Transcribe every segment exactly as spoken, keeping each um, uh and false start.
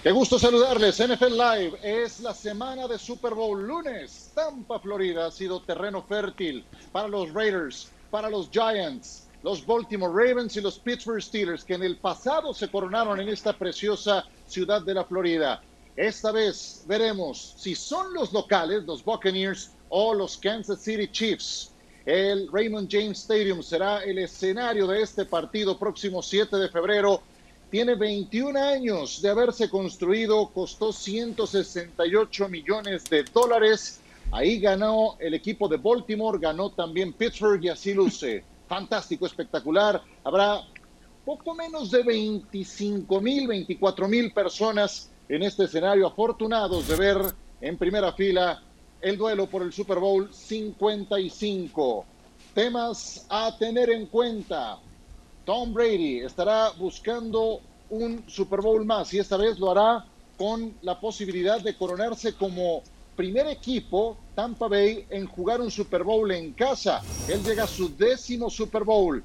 Qué gusto saludarles. N F L Live es la semana de Super Bowl. Lunes, Tampa, Florida ha sido terreno fértil para los Raiders, para los Giants, los Baltimore Ravens y los Pittsburgh Steelers, que en el pasado se coronaron en esta preciosa ciudad de la Florida. Esta vez veremos si son los locales, los Buccaneers o los Kansas City Chiefs. El Raymond James Stadium será el escenario de este partido próximo siete de febrero. Tiene veintiún años de haberse construido, costó ciento sesenta y ocho millones de dólares. Ahí ganó el equipo de Baltimore, ganó también Pittsburgh y así luce. Fantástico, espectacular. Habrá poco menos de veinticinco mil, veinticuatro mil personas en este escenario, afortunados de ver en primera fila el duelo por el Super Bowl cincuenta y cinco. Temas a tener en cuenta. Tom Brady estará buscando un Super Bowl más y esta vez lo hará con la posibilidad de coronarse como primer equipo Tampa Bay en jugar un Super Bowl en casa. Él llega a su décimo Super Bowl.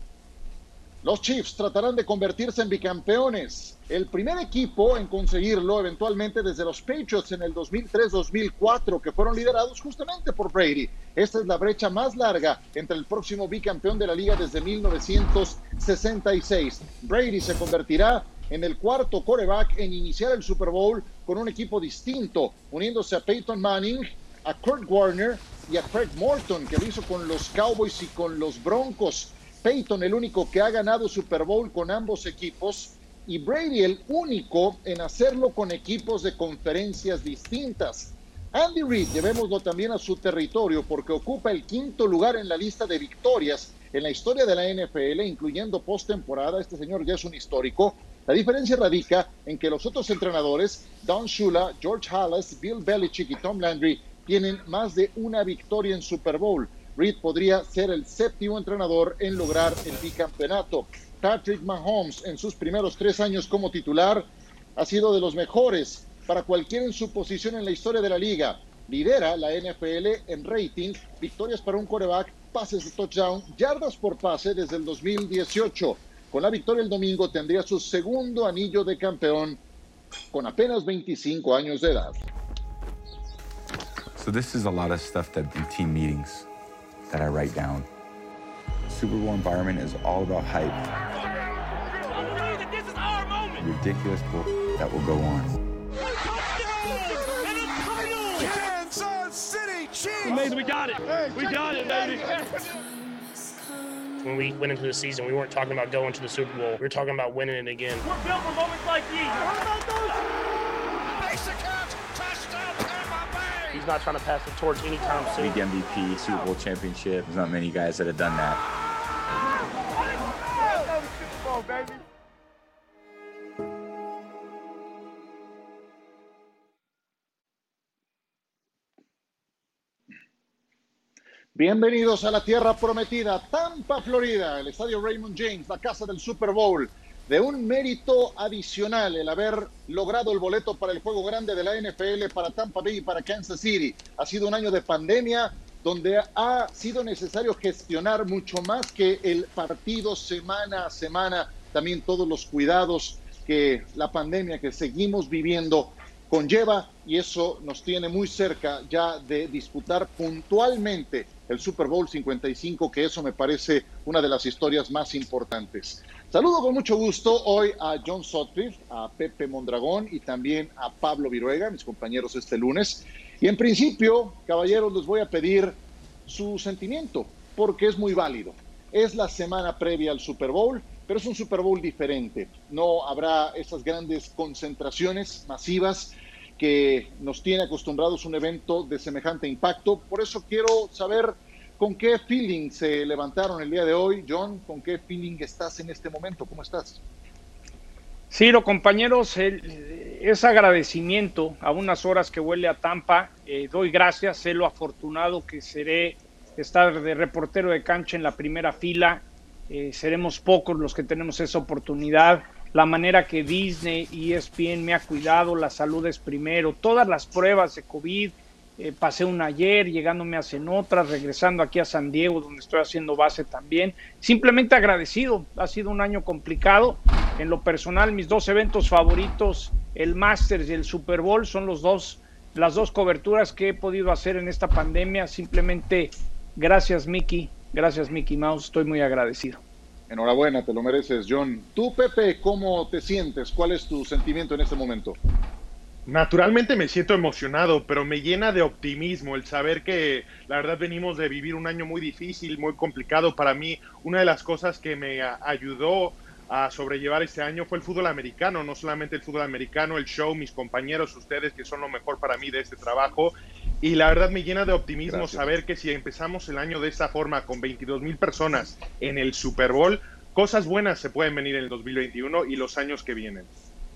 Los Chiefs tratarán de convertirse en bicampeones. El primer equipo en conseguirlo eventualmente desde los Patriots en el dos mil tres dos mil cuatro, que fueron liderados justamente por Brady. Esta es la brecha más larga entre el próximo bicampeón de la liga desde mil novecientos sesenta y seis. Brady se convertirá en el cuarto quarterback en iniciar el Super Bowl con un equipo distinto, uniéndose a Peyton Manning, a Kurt Warner y a Craig Morton, que lo hizo con los Cowboys y con los Broncos. Peyton, el único que ha ganado Super Bowl con ambos equipos, y Brady, el único en hacerlo con equipos de conferencias distintas. Andy Reid, llevémoslo también a su territorio, porque ocupa el quinto lugar en la lista de victorias en la historia de la N F L, incluyendo postemporada. Este señor ya es un histórico. La diferencia radica en que los otros entrenadores, Don Shula, George Halas, Bill Belichick y Tom Landry, tienen más de una victoria en Super Bowl. Reid podría ser el séptimo entrenador en lograr el bicampeonato. Patrick Mahomes, en sus primeros tres años como titular, ha sido de los mejores para cualquiera en su posición en la historia de la liga. Lidera la N F L en rating, victorias para un quarterback, pases de touchdown, yardas por pase desde el dos mil dieciocho. Con la victoria el domingo tendría su segundo anillo de campeón con apenas veinticinco años de edad. So this is a lot of stuff that in team meetings that I write down. Super Bowl environment is all about hype. This is our moment. Ridiculous bull that will go on. Kansas City Chiefs. We got it. We got it, baby. When we went into the season, we weren't talking about going to the Super Bowl. We were talking about winning it again. We're built for moments like these. How about those? Basic catch, touchdown, Tampa Bay. He's not trying to pass the torch anytime soon. League M V P, Super Bowl championship. There's not many guys that have done that. Super Bowl, baby. Bienvenidos a la tierra prometida, Tampa, Florida, el estadio Raymond James, la casa del Super Bowl. De un mérito adicional el haber logrado el boleto para el juego grande de la N F L para Tampa Bay y para Kansas City. Ha sido un año de pandemia donde ha sido necesario gestionar mucho más que el partido semana a semana, también todos los cuidados que la pandemia que seguimos viviendo conlleva, y eso nos tiene muy cerca ya de disputar puntualmente el Super Bowl cincuenta y cinco, que eso me parece una de las historias más importantes. Saludo con mucho gusto hoy a John Sutcliffe, a Pepe Mondragón y también a Pablo Viruega, mis compañeros este lunes. Y en principio, caballeros, les voy a pedir su sentimiento, porque es muy válido. Es la semana previa al Super Bowl, pero es un Super Bowl diferente. No habrá esas grandes concentraciones masivas que nos tiene acostumbrados un evento de semejante impacto. Por eso quiero saber con qué feeling se levantaron el día de hoy. John, ¿con qué feeling estás en este momento? ¿Cómo estás? Ciro, compañeros, el, es agradecimiento a unas horas que huele a Tampa. Eh, doy gracias, sé lo afortunado que seré estar de reportero de cancha en la primera fila. Eh, seremos pocos los que tenemos esa oportunidad. La manera que Disney y E S P N me ha cuidado, la salud es primero, todas las pruebas de COVID, eh, pasé una ayer, llegándome hacen otras, regresando aquí a San Diego, donde estoy haciendo base también, simplemente agradecido. Ha sido un año complicado, en lo personal mis dos eventos favoritos el Masters y el Super Bowl son los dos, las dos coberturas que he podido hacer en esta pandemia. Simplemente gracias, Mickey, gracias, Mickey Mouse, estoy muy agradecido. Enhorabuena, te lo mereces, John. Tú, Pepe, ¿cómo te sientes? ¿Cuál es tu sentimiento en este momento? Naturalmente me siento emocionado, pero me llena de optimismo el saber que la verdad venimos de vivir un año muy difícil, muy complicado para mí. Una de las cosas que me ayudó a sobrellevar este año fue el fútbol americano, no solamente el fútbol americano, el show, mis compañeros, ustedes, que son lo mejor para mí de este trabajo. Y la verdad me llena de optimismo Gracias. Saber que si empezamos el año de esta forma, con veintidós mil personas en el Super Bowl, cosas buenas se pueden venir en el dos mil veintiuno y los años que vienen.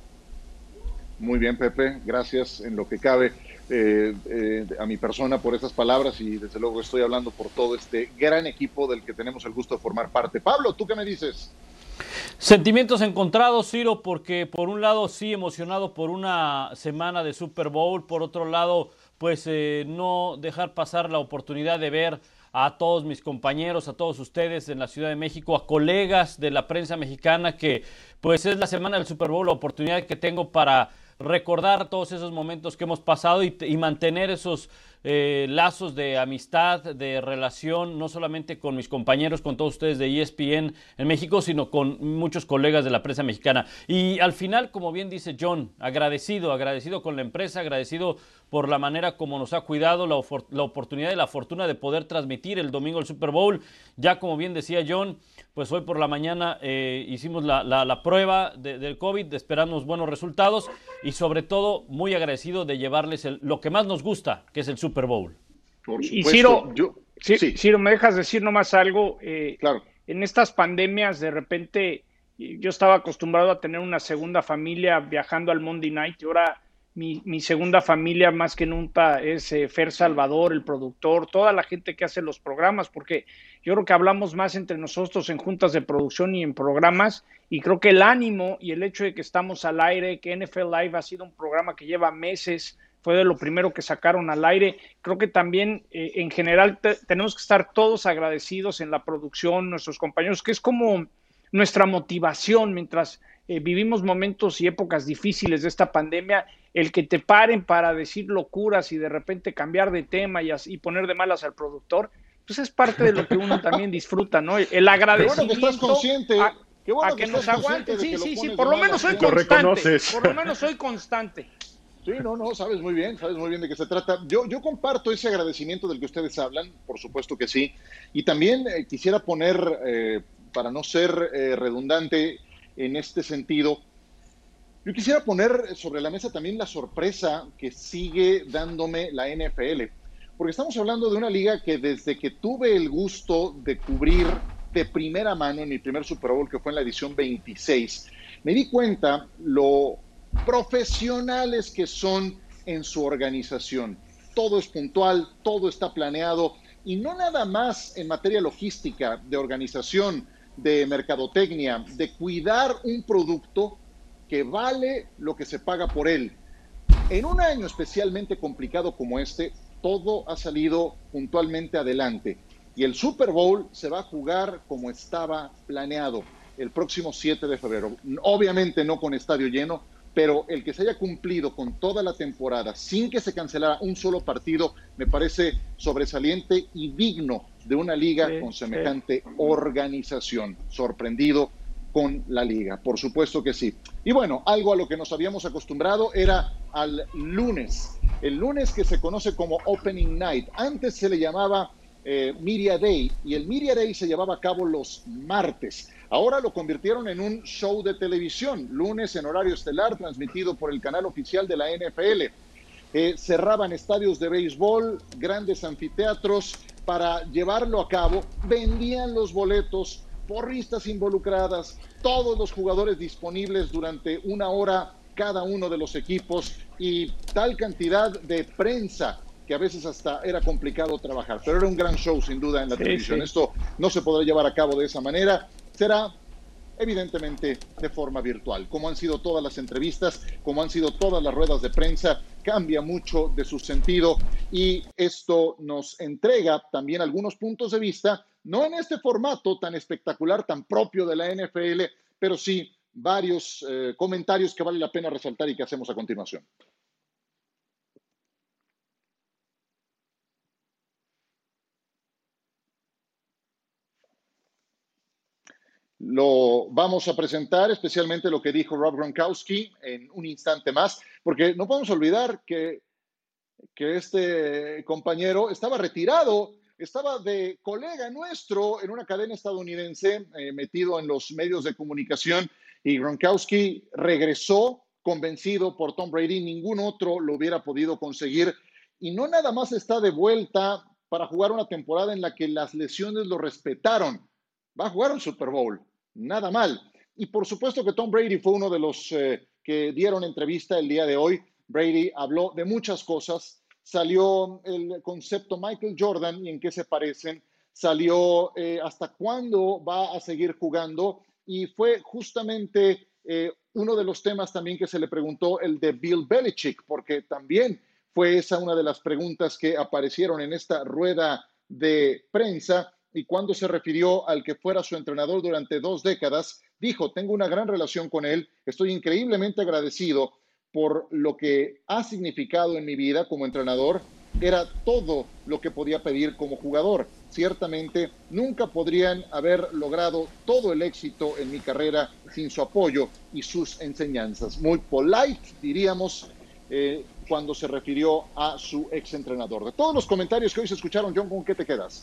Muy bien, Pepe, gracias en lo que cabe eh, eh, a mi persona por esas palabras, y desde luego estoy hablando por todo este gran equipo del que tenemos el gusto de formar parte. Pablo, ¿tú qué me dices? Sentimientos encontrados, Ciro, porque por un lado sí emocionado por una semana de Super Bowl, por otro lado pues eh, no dejar pasar la oportunidad de ver a todos mis compañeros, a todos ustedes en la Ciudad de México, a colegas de la prensa mexicana, que pues es la semana del Super Bowl, la oportunidad que tengo para recordar todos esos momentos que hemos pasado y, y mantener esos eh, lazos de amistad, de relación, no solamente con mis compañeros, con todos ustedes de E S P N en México, sino con muchos colegas de la prensa mexicana. Y al final, como bien dice John, agradecido, agradecido con la empresa, agradecido por la manera como nos ha cuidado, la, la oportunidad y la fortuna de poder transmitir el domingo el Super Bowl. Ya como bien decía John, pues hoy por la mañana eh, hicimos la, la, la prueba de, del COVID, esperamos buenos resultados y sobre todo muy agradecido de llevarles el, lo que más nos gusta, que es el Super Bowl. Por supuesto, y Ciro, yo, sí, sí. Ciro, ¿me dejas decir nomás algo? Eh, claro. En estas pandemias, de repente, yo estaba acostumbrado a tener una segunda familia viajando al Monday Night, y ahora mi, mi segunda familia más que nunca es eh, Fer Salvador, el productor, toda la gente que hace los programas, porque yo creo que hablamos más entre nosotros en juntas de producción y en programas, y creo que el ánimo y el hecho de que estamos al aire, que N F L Live ha sido un programa que lleva meses, fue de lo primero que sacaron al aire, creo que también eh, en general te, tenemos que estar todos agradecidos en la producción, nuestros compañeros, que es como nuestra motivación mientras eh, vivimos momentos y épocas difíciles de esta pandemia, el que te paren para decir locuras y de repente cambiar de tema y, así, y poner de malas al productor, pues es parte de lo que uno también disfruta, ¿no? El agradecimiento. Qué bueno que estás consciente. A, Qué bueno a que, que nos aguanten. Sí, que sí, sí, por lo menos soy lo constante. reconoces. Por lo menos soy constante. Sí, no, no, sabes muy bien, sabes muy bien de qué se trata. Yo, yo comparto ese agradecimiento del que ustedes hablan, por supuesto que sí. Y también eh, quisiera poner, eh, para no ser eh, redundante en este sentido, yo quisiera poner sobre la mesa también la sorpresa que sigue dándome la N F L. Porque estamos hablando de una liga que desde que tuve el gusto de cubrir de primera mano en mi primer Super Bowl, que fue en la edición veintiséis, me di cuenta lo profesionales que son en su organización. Todo es puntual, todo está planeado, y no nada más en materia logística, de organización, de mercadotecnia, de cuidar un producto que vale lo que se paga por él. En un año especialmente complicado como este, todo ha salido puntualmente adelante, y el Super Bowl se va a jugar como estaba planeado el próximo siete de febrero. Obviamente no con estadio lleno, pero el que se haya cumplido con toda la temporada sin que se cancelara un solo partido me parece sobresaliente y digno de una liga sí, con semejante sí. organización. Sorprendido con la liga, por supuesto que sí. Y bueno, algo a lo que nos habíamos acostumbrado era al lunes, el lunes que se conoce como Opening Night. Antes se le llamaba eh, Media Day, y el Media Day se llevaba a cabo los martes. Ahora lo convirtieron en un show de televisión, lunes en horario estelar, transmitido por el canal oficial de la N F L. Eh, cerraban estadios de béisbol, grandes anfiteatros para llevarlo a cabo, vendían los boletos, porristas involucradas, todos los jugadores disponibles durante una hora cada uno de los equipos, y tal cantidad de prensa que a veces hasta era complicado trabajar, pero era un gran show sin duda en la sí, televisión. Sí. Esto no se podrá llevar a cabo de esa manera. Será evidentemente de forma virtual. Como han sido todas las entrevistas, como han sido todas las ruedas de prensa, cambia mucho de su sentido, y esto nos entrega también algunos puntos de vista, no en este formato tan espectacular, tan propio de la N F L, pero sí varios eh, comentarios que vale la pena resaltar y que hacemos a continuación. Lo vamos a presentar, especialmente lo que dijo Rob Gronkowski en un instante más, porque no podemos olvidar que, que este compañero estaba retirado, estaba de colega nuestro en una cadena estadounidense, eh, metido en los medios de comunicación, y Gronkowski regresó convencido por Tom Brady, ningún otro lo hubiera podido conseguir, y no nada más está de vuelta para jugar una temporada en la que las lesiones lo respetaron. Va a jugar un Super Bowl, nada mal. Y por supuesto que Tom Brady fue uno de los eh, que dieron entrevista el día de hoy. Brady habló de muchas cosas. Salió el concepto Michael Jordan y en qué se parecen. Salió eh, hasta cuándo va a seguir jugando. Y fue justamente eh, uno de los temas también que se le preguntó, el de Bill Belichick, porque también fue esa una de las preguntas que aparecieron en esta rueda de prensa. Y cuando se refirió al que fuera su entrenador durante dos décadas, dijo, tengo una gran relación con él, estoy increíblemente agradecido por lo que ha significado en mi vida como entrenador. Era todo lo que podía pedir como jugador. Ciertamente, nunca podrían haber logrado todo el éxito en mi carrera sin su apoyo y sus enseñanzas. Muy polite, diríamos, eh, cuando se refirió a su exentrenador. De todos los comentarios que hoy se escucharon, John, ¿con qué te quedas?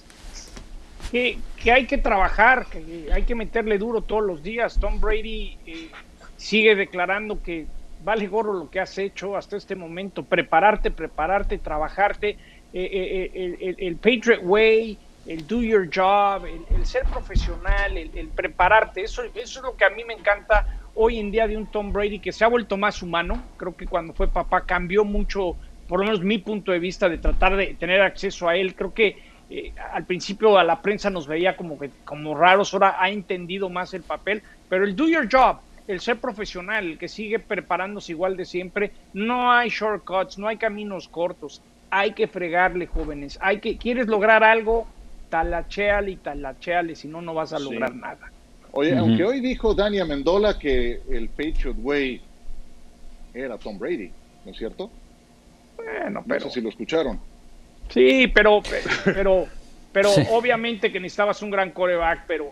Que, que hay que trabajar, que hay que meterle duro todos los días. Tom Brady eh, sigue declarando que vale gorro lo que has hecho hasta este momento, prepararte, prepararte, trabajarte, eh, eh, el, el, el Patriot Way, el do your job, el, el ser profesional, el, el prepararte, eso, eso es lo que a mí me encanta hoy en día de un Tom Brady que se ha vuelto más humano. Creo que cuando fue papá cambió mucho, por lo menos mi punto de vista, de tratar de tener acceso a él. Creo que Eh, al principio a la prensa nos veía como, que, como raros, ahora ha entendido más el papel, pero el do your job, el ser profesional, el que sigue preparándose igual de siempre, no hay shortcuts, no hay caminos cortos, hay que fregarle, jóvenes, hay que, quieres lograr algo, talacheale y talacheale, si no, no vas a lograr sí. nada. Oye, uh-huh. aunque hoy dijo Dani Amendola que el Patriot Way era Tom Brady, ¿no es cierto? Bueno, pero... No sé si lo escucharon. Sí, pero, pero, pero sí. Obviamente que necesitabas un gran quarterback, pero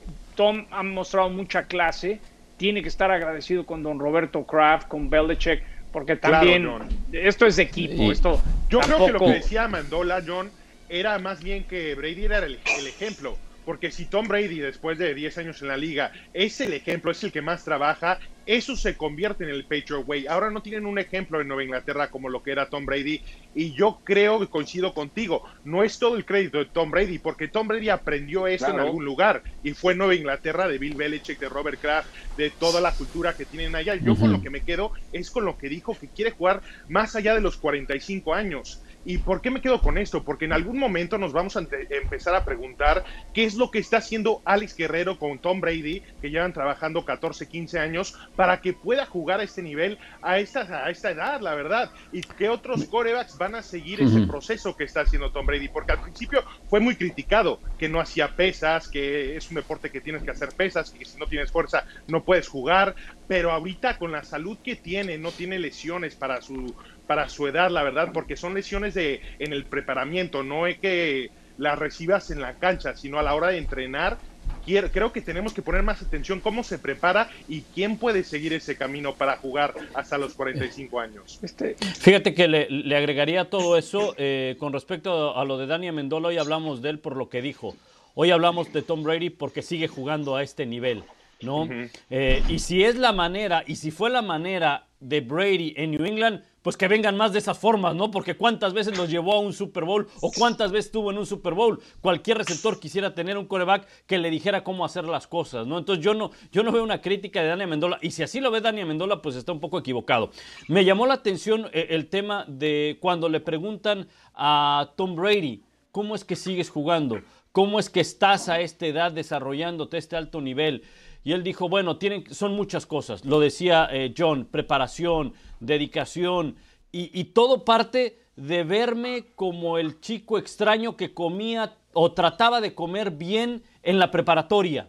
Tom ha mostrado mucha clase, tiene que estar agradecido con don Roberto Kraft, con Belichick, porque también claro, esto es de equipo. Sí. Esto Yo tampoco... creo que lo que decía Amendola, John, era más bien que Brady era el, el ejemplo. Porque si Tom Brady, después de diez años en la liga, es el ejemplo, es el que más trabaja, eso se convierte en el Patriot Way. Ahora no tienen un ejemplo en Nueva Inglaterra como lo que era Tom Brady, y yo creo que coincido contigo, no es todo el crédito de Tom Brady, porque Tom Brady aprendió esto claro. en algún lugar, y fue en Nueva Inglaterra de Bill Belichick, de Robert Kraft, de toda la cultura que tienen allá. Yo uh-huh. con lo que me quedo es con lo que dijo, que quiere jugar más allá de los cuarenta y cinco años. ¿Y por qué me quedo con esto? Porque en algún momento nos vamos a empezar a preguntar qué es lo que está haciendo Alex Guerrero con Tom Brady, que llevan trabajando catorce, quince años, para que pueda jugar a este nivel, a esta, a esta edad, la verdad. Y qué otros quarterbacks van a seguir uh-huh. ese proceso que está haciendo Tom Brady. Porque al principio fue muy criticado, que no hacía pesas, que es un deporte que tienes que hacer pesas, que si no tienes fuerza no puedes jugar. Pero ahorita con la salud que tiene, no tiene lesiones para su... para su edad, la verdad, porque son lesiones de en el preparamiento, no es que las recibas en la cancha, sino a la hora de entrenar. Quiero, creo que tenemos que poner más atención cómo se prepara y quién puede seguir ese camino para jugar hasta los cuarenta y cinco años. Este... Fíjate que le, le agregaría todo eso eh, con respecto a lo de Dani Amendola. Hoy hablamos de él por lo que dijo. Hoy hablamos de Tom Brady porque sigue jugando a este nivel, ¿no? Uh-huh. Eh, y si es la manera, y si fue la manera de Brady en New England, pues que vengan más de esas formas, ¿no? Porque cuántas veces los llevó a un Super Bowl o cuántas veces estuvo en un Super Bowl. Cualquier receptor quisiera tener un quarterback que le dijera cómo hacer las cosas, ¿no? Entonces yo no, yo no veo una crítica de Dani Amendola, y si así lo ve Dani Amendola, pues está un poco equivocado. Me llamó la atención el, el tema de cuando le preguntan a Tom Brady, ¿cómo es que sigues jugando? ¿Cómo es que estás a esta edad desarrollándote a este alto nivel? Y él dijo, bueno, tienen, son muchas cosas. Lo decía eh, John, preparación, dedicación, y, y todo parte de verme como el chico extraño que comía o trataba de comer bien en la preparatoria.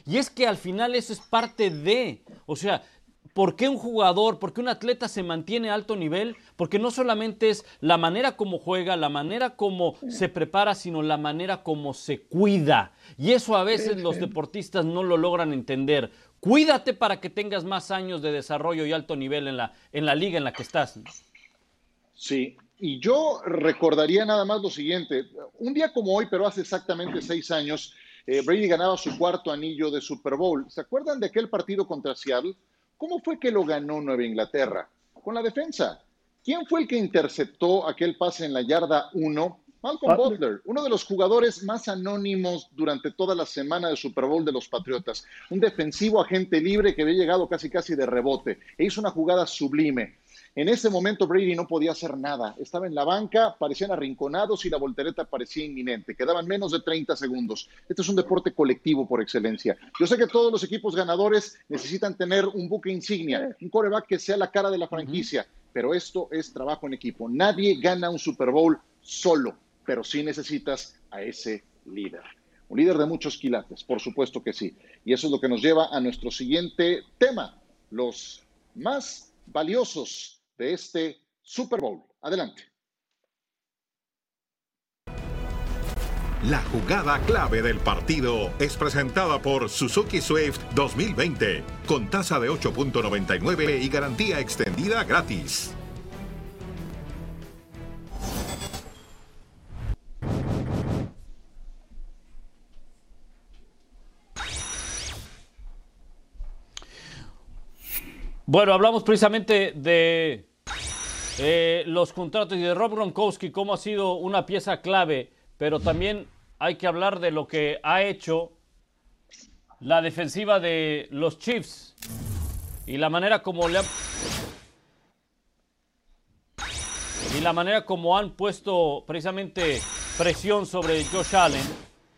Y es que al final eso es parte de, o sea, ¿por qué un jugador, por qué un atleta se mantiene a alto nivel? Porque no solamente es la manera como juega, la manera como se prepara, sino la manera como se cuida. Y eso a veces los deportistas no lo logran entender. Cuídate para que tengas más años de desarrollo y alto nivel en la, en la liga en la que estás. Sí, y yo recordaría nada más lo siguiente. Un día como hoy, pero hace exactamente seis años, eh, Brady ganaba su cuarto anillo de Super Bowl. ¿Se acuerdan de aquel partido contra Seattle? ¿Cómo fue que lo ganó Nueva Inglaterra? Con la defensa. ¿Quién fue el que interceptó aquel pase en la yarda uno? Malcolm Butler, uno de los jugadores más anónimos durante toda la semana de Super Bowl de los Patriotas. Un defensivo agente libre que había llegado casi casi de rebote e hizo una jugada sublime. En ese momento Brady no podía hacer nada. Estaba en la banca, parecían arrinconados y la voltereta parecía inminente. Quedaban menos de treinta segundos. Este es un deporte colectivo por excelencia. Yo sé que todos los equipos ganadores necesitan tener un buque insignia, un quarterback que sea la cara de la franquicia, uh-huh. pero esto es trabajo en equipo. Nadie gana un Super Bowl solo, pero sí necesitas a ese líder. Un líder de muchos quilates, por supuesto que sí. Y eso es lo que nos lleva a nuestro siguiente tema, los más valiosos de este Super Bowl. Adelante. La jugada clave del partido es presentada por Suzuki Swift dos mil veinte, con tasa de ocho punto noventa y nueve y garantía extendida gratis. Bueno, hablamos precisamente de eh, los contratos y de Rob Gronkowski, cómo ha sido una pieza clave, pero también hay que hablar de lo que ha hecho la defensiva de los Chiefs y la manera como le han, y la manera como han puesto precisamente presión sobre Josh Allen.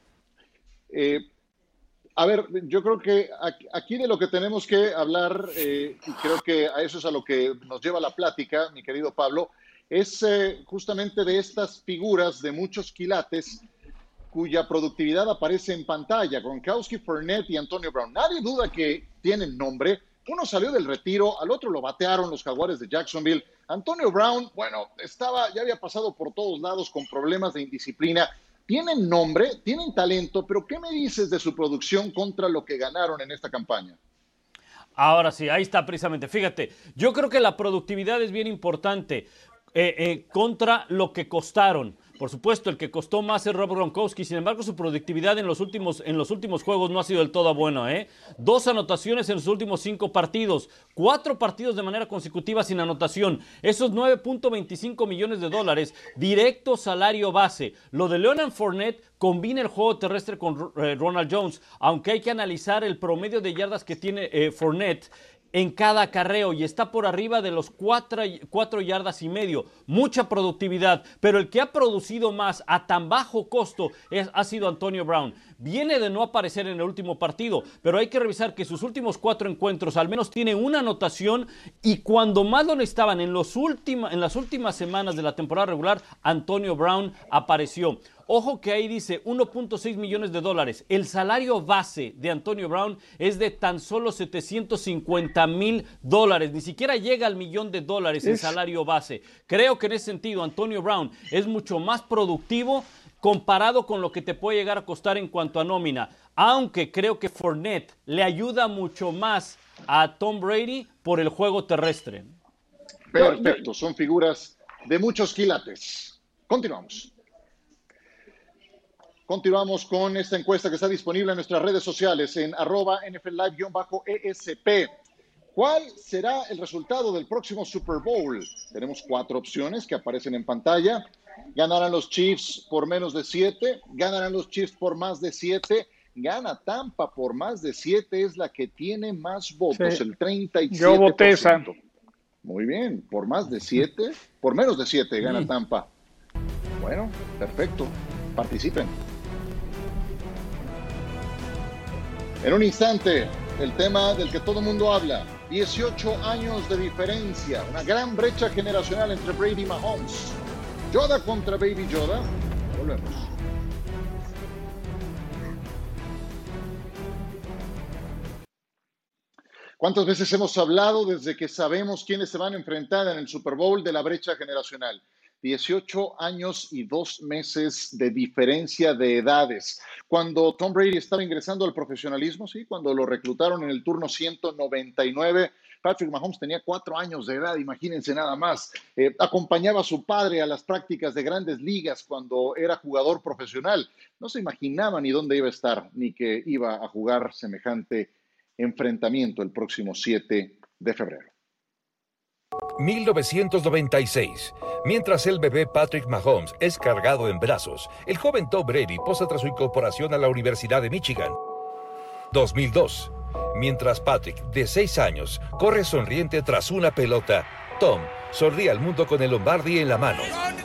Eh, A ver, yo creo que aquí de lo que tenemos que hablar, eh, y creo que a eso es a lo que nos lleva la plática, mi querido Pablo, es eh, justamente de estas figuras de muchos quilates cuya productividad aparece en pantalla. Gronkowski, Fournette y Antonio Brown. Nadie duda que tienen nombre. Uno salió del retiro, al otro lo batearon los Jaguares de Jacksonville. Antonio Brown, bueno, estaba, ya había pasado por todos lados con problemas de indisciplina. Tienen nombre, tienen talento, pero ¿qué me dices de su producción contra lo que ganaron en esta campaña? Ahora sí, ahí está precisamente. Fíjate, yo creo que la productividad es bien importante eh, eh, contra lo que costaron. Por supuesto, el que costó más es Rob Gronkowski. Sin embargo, su productividad en los últimos, en los últimos juegos no ha sido del todo buena, ¿eh? Dos anotaciones en los últimos cinco partidos. Cuatro partidos de manera consecutiva sin anotación. Esos nueve punto veinticinco millones de dólares, directo salario base. Lo de Leonard Fournette combina el juego terrestre con eh, Ronald Jones. Aunque hay que analizar el promedio de yardas que tiene eh, Fournette en cada acarreo y está por arriba de los cuatro, cuatro yardas y medio. Mucha productividad, pero el que ha producido más a tan bajo costo es, ha sido Antonio Brown. Viene de no aparecer en el último partido, pero hay que revisar que sus últimos cuatro encuentros al menos tiene una anotación y cuando más lo necesitaban en, los última, en las últimas semanas de la temporada regular, Antonio Brown apareció. Ojo que ahí dice uno punto seis millones de dólares. El salario base de Antonio Brown es de tan solo setecientos cincuenta mil dólares. Ni siquiera llega al millón de dólares el salario base. Creo que en ese sentido Antonio Brown es mucho más productivo comparado con lo que te puede llegar a costar en cuanto a nómina. Aunque creo que Fournette le ayuda mucho más a Tom Brady por el juego terrestre. Perfecto, son figuras de muchos quilates. Continuamos. Continuamos con esta encuesta que está disponible en nuestras redes sociales en arroba N F L Live-E S P. ¿Cuál será el resultado del próximo Super Bowl? Tenemos cuatro opciones que aparecen en pantalla. Ganarán los Chiefs por menos de siete, ganarán los Chiefs por más de siete, gana Tampa por más de siete, es la que tiene más votos, sí. El treinta y siete por ciento. Yo voté esa. Muy bien, por más de siete, por menos de siete gana sí. Tampa. Bueno, perfecto, participen. En un instante, el tema del que todo el mundo habla, dieciocho años de diferencia, una gran brecha generacional entre Brady y Mahomes. Yoda contra Baby Yoda. Volvemos. ¿Cuántas veces hemos hablado desde que sabemos quiénes se van a enfrentar en el Super Bowl de la brecha generacional? dieciocho años y dos meses de diferencia de edades. Cuando Tom Brady estaba ingresando al profesionalismo, sí, cuando lo reclutaron en el turno ciento noventa y nueve, Patrick Mahomes tenía cuatro años de edad, imagínense nada más. Eh, acompañaba a su padre a las prácticas de grandes ligas cuando era jugador profesional. No se imaginaba ni dónde iba a estar, ni que iba a jugar semejante enfrentamiento el próximo siete de febrero. mil novecientos noventa y seis. Mientras el bebé Patrick Mahomes es cargado en brazos, el joven Tom Brady posa tras su incorporación a la Universidad de Michigan. dos mil dos. Mientras Patrick, de seis años, corre sonriente tras una pelota, Tom sonríe al mundo con el Lombardi en la mano.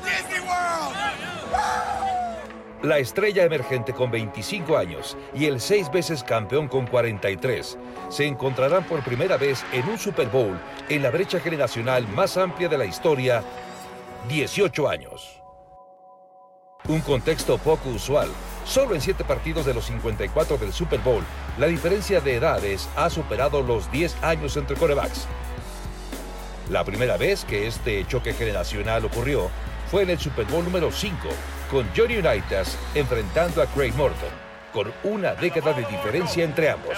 La estrella emergente con veinticinco años y el seis veces campeón con cuarenta y tres se encontrarán por primera vez en un Super Bowl en la brecha generacional más amplia de la historia, dieciocho años. Un contexto poco usual. Solo en siete partidos de los cincuenta y cuatro del Super Bowl, la diferencia de edades ha superado los diez años entre quarterbacks. La primera vez que este choque generacional ocurrió fue en el Super Bowl número cinco, con Johnny Unitas enfrentando a Craig Morton, con una década de diferencia entre ambos.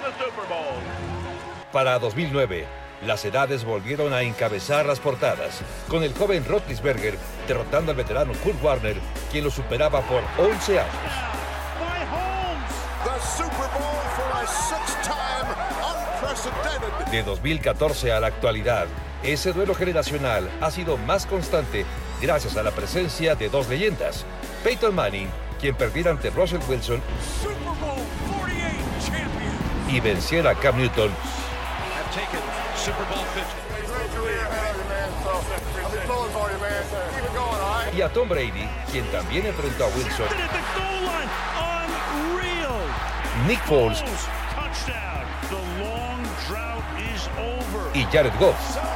Para dos mil nueve, las edades volvieron a encabezar las portadas, con el joven Roethlisberger derrotando al veterano Kurt Warner, quien lo superaba por once años. De dos mil catorce a la actualidad, ese duelo generacional ha sido más constante gracias a la presencia de dos leyendas. Peyton Manning, quien perdiera ante Russell Wilson, y venciera a Cam Newton, y a Tom Brady, quien también enfrentó a Wilson, Nick Foles y Jared Goff.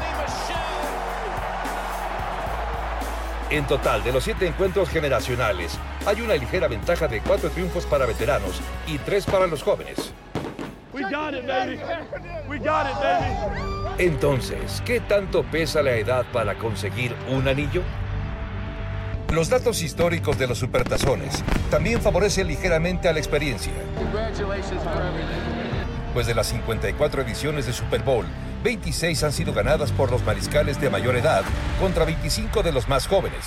En total, de los siete encuentros generacionales, hay una ligera ventaja de cuatro triunfos para veteranos y tres para los jóvenes. We got it, baby. We got it, baby. Entonces, ¿qué tanto pesa la edad para conseguir un anillo? Los datos históricos de los supertazones también favorecen ligeramente a la experiencia. Pues de las cincuenta y cuatro ediciones de Super Bowl, veintiséis han sido ganadas por los mariscales de mayor edad contra veinticinco de los más jóvenes.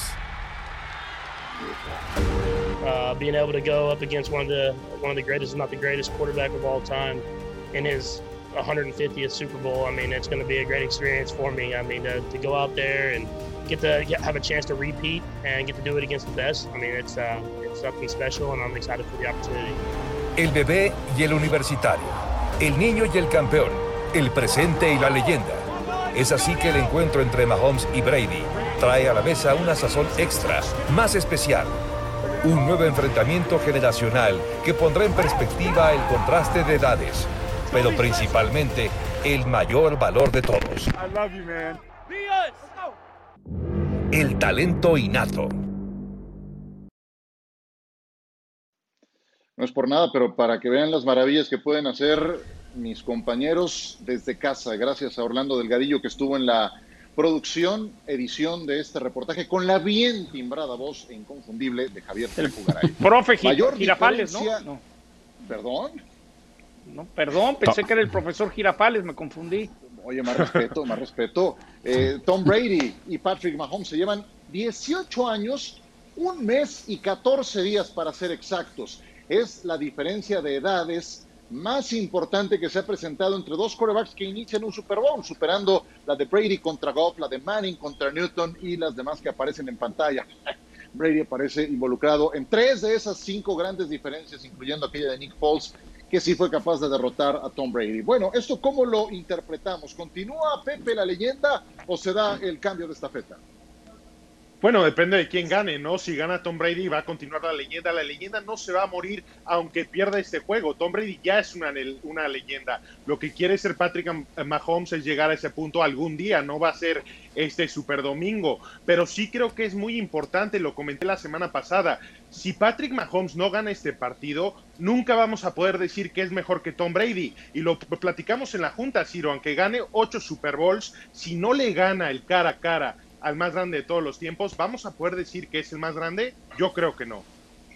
Uh, being able to go up against one of the one of the greatest, if not the greatest quarterback of all time in his one hundred fiftieth Super Bowl, I mean, it's going to be a great experience for me. I mean, to, to go out there and get to get, have a chance to repeat and get to do it against the best. I mean, it's uh, it's something special, and I'm excited for the opportunity. El bebé y el universitario, el niño y el campeón, el presente y la leyenda. Es así que el encuentro entre Mahomes y Brady trae a la mesa una sazón extra, más especial. Un nuevo enfrentamiento generacional que pondrá en perspectiva el contraste de edades, pero principalmente el mayor valor de todos: I love you, man. el talento innato. No es por nada, pero para que vean las maravillas que pueden hacer mis compañeros desde casa, gracias a Orlando Delgadillo, que estuvo en la producción, edición de este reportaje, con la bien timbrada voz e inconfundible de Javier Fugaray. Profe Gir Mayor Girafales, diferencia... ¿no? No. ¿Perdón? No, perdón, pensé que era el profesor Girafales, me confundí. Oye, más respeto, más respeto. Eh, Tom Brady y Patrick Mahomes se llevan dieciocho años, un mes y catorce días para ser exactos. Es la diferencia de edades más importante que se ha presentado entre dos quarterbacks que inician un Super Bowl, superando la de Brady contra Goff, la de Manning contra Newton y las demás que aparecen en pantalla. Brady aparece involucrado en tres de esas cinco grandes diferencias, incluyendo aquella de Nick Foles, que sí fue capaz de derrotar a Tom Brady. Bueno, ¿esto cómo lo interpretamos? ¿Continúa Pepe la leyenda o se da el cambio de estafeta? Bueno, depende de quién gane, ¿no? Si gana Tom Brady va a continuar la leyenda. La leyenda no se va a morir aunque pierda este juego. Tom Brady ya es una, una leyenda. Lo que quiere ser Patrick Mahomes es llegar a ese punto algún día. No va a ser este super domingo. Pero sí creo que es muy importante, lo comenté la semana pasada. Si Patrick Mahomes no gana este partido, nunca vamos a poder decir que es mejor que Tom Brady. Y lo platicamos en la junta, Ciro. Aunque gane ocho Super Bowls, si no le gana el cara a cara al más grande de todos los tiempos, ¿vamos a poder decir que es el más grande? Yo creo que no.